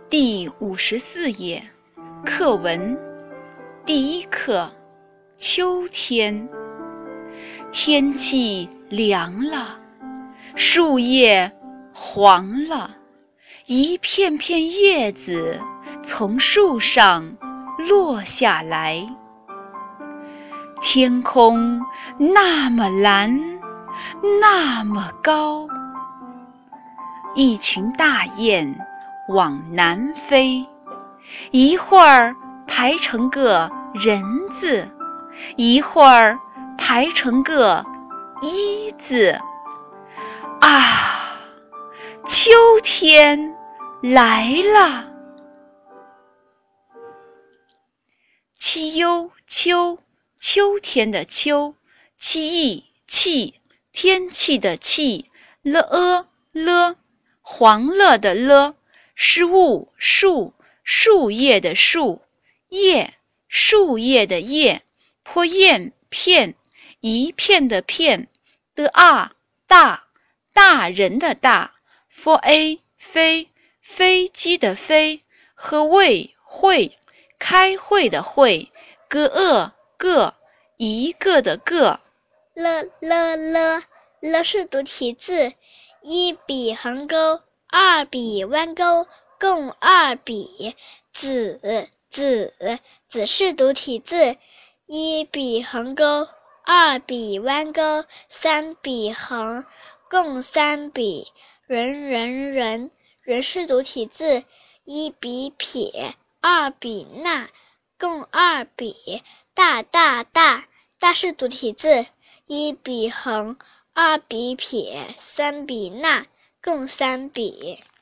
第54页，课文第一课，秋天。天气凉了，树叶黄了，一片片叶子从树上落下来。天空那么蓝，那么高，一群大雁往南飞，一会儿排成个人字，一会儿排成个一字。啊，秋天来了！七忧秋，秋天的秋；七意气，天气的气；了黄了的了；是物树，树叶的树；叶，树叶的叶；泼砚片，一片的片；的大，大人的大；for a 飞，飞机的飞；和位会，开会的会；个一个的个。 了是独体字，一笔横钩，二笔弯钩，共二笔。子是独体字，一笔横钩，二笔弯钩，三笔横，共三笔。人是独体字，一笔撇，二笔捺，共二笔。大是独体字，一笔横，二笔撇，三笔捺，共三笔。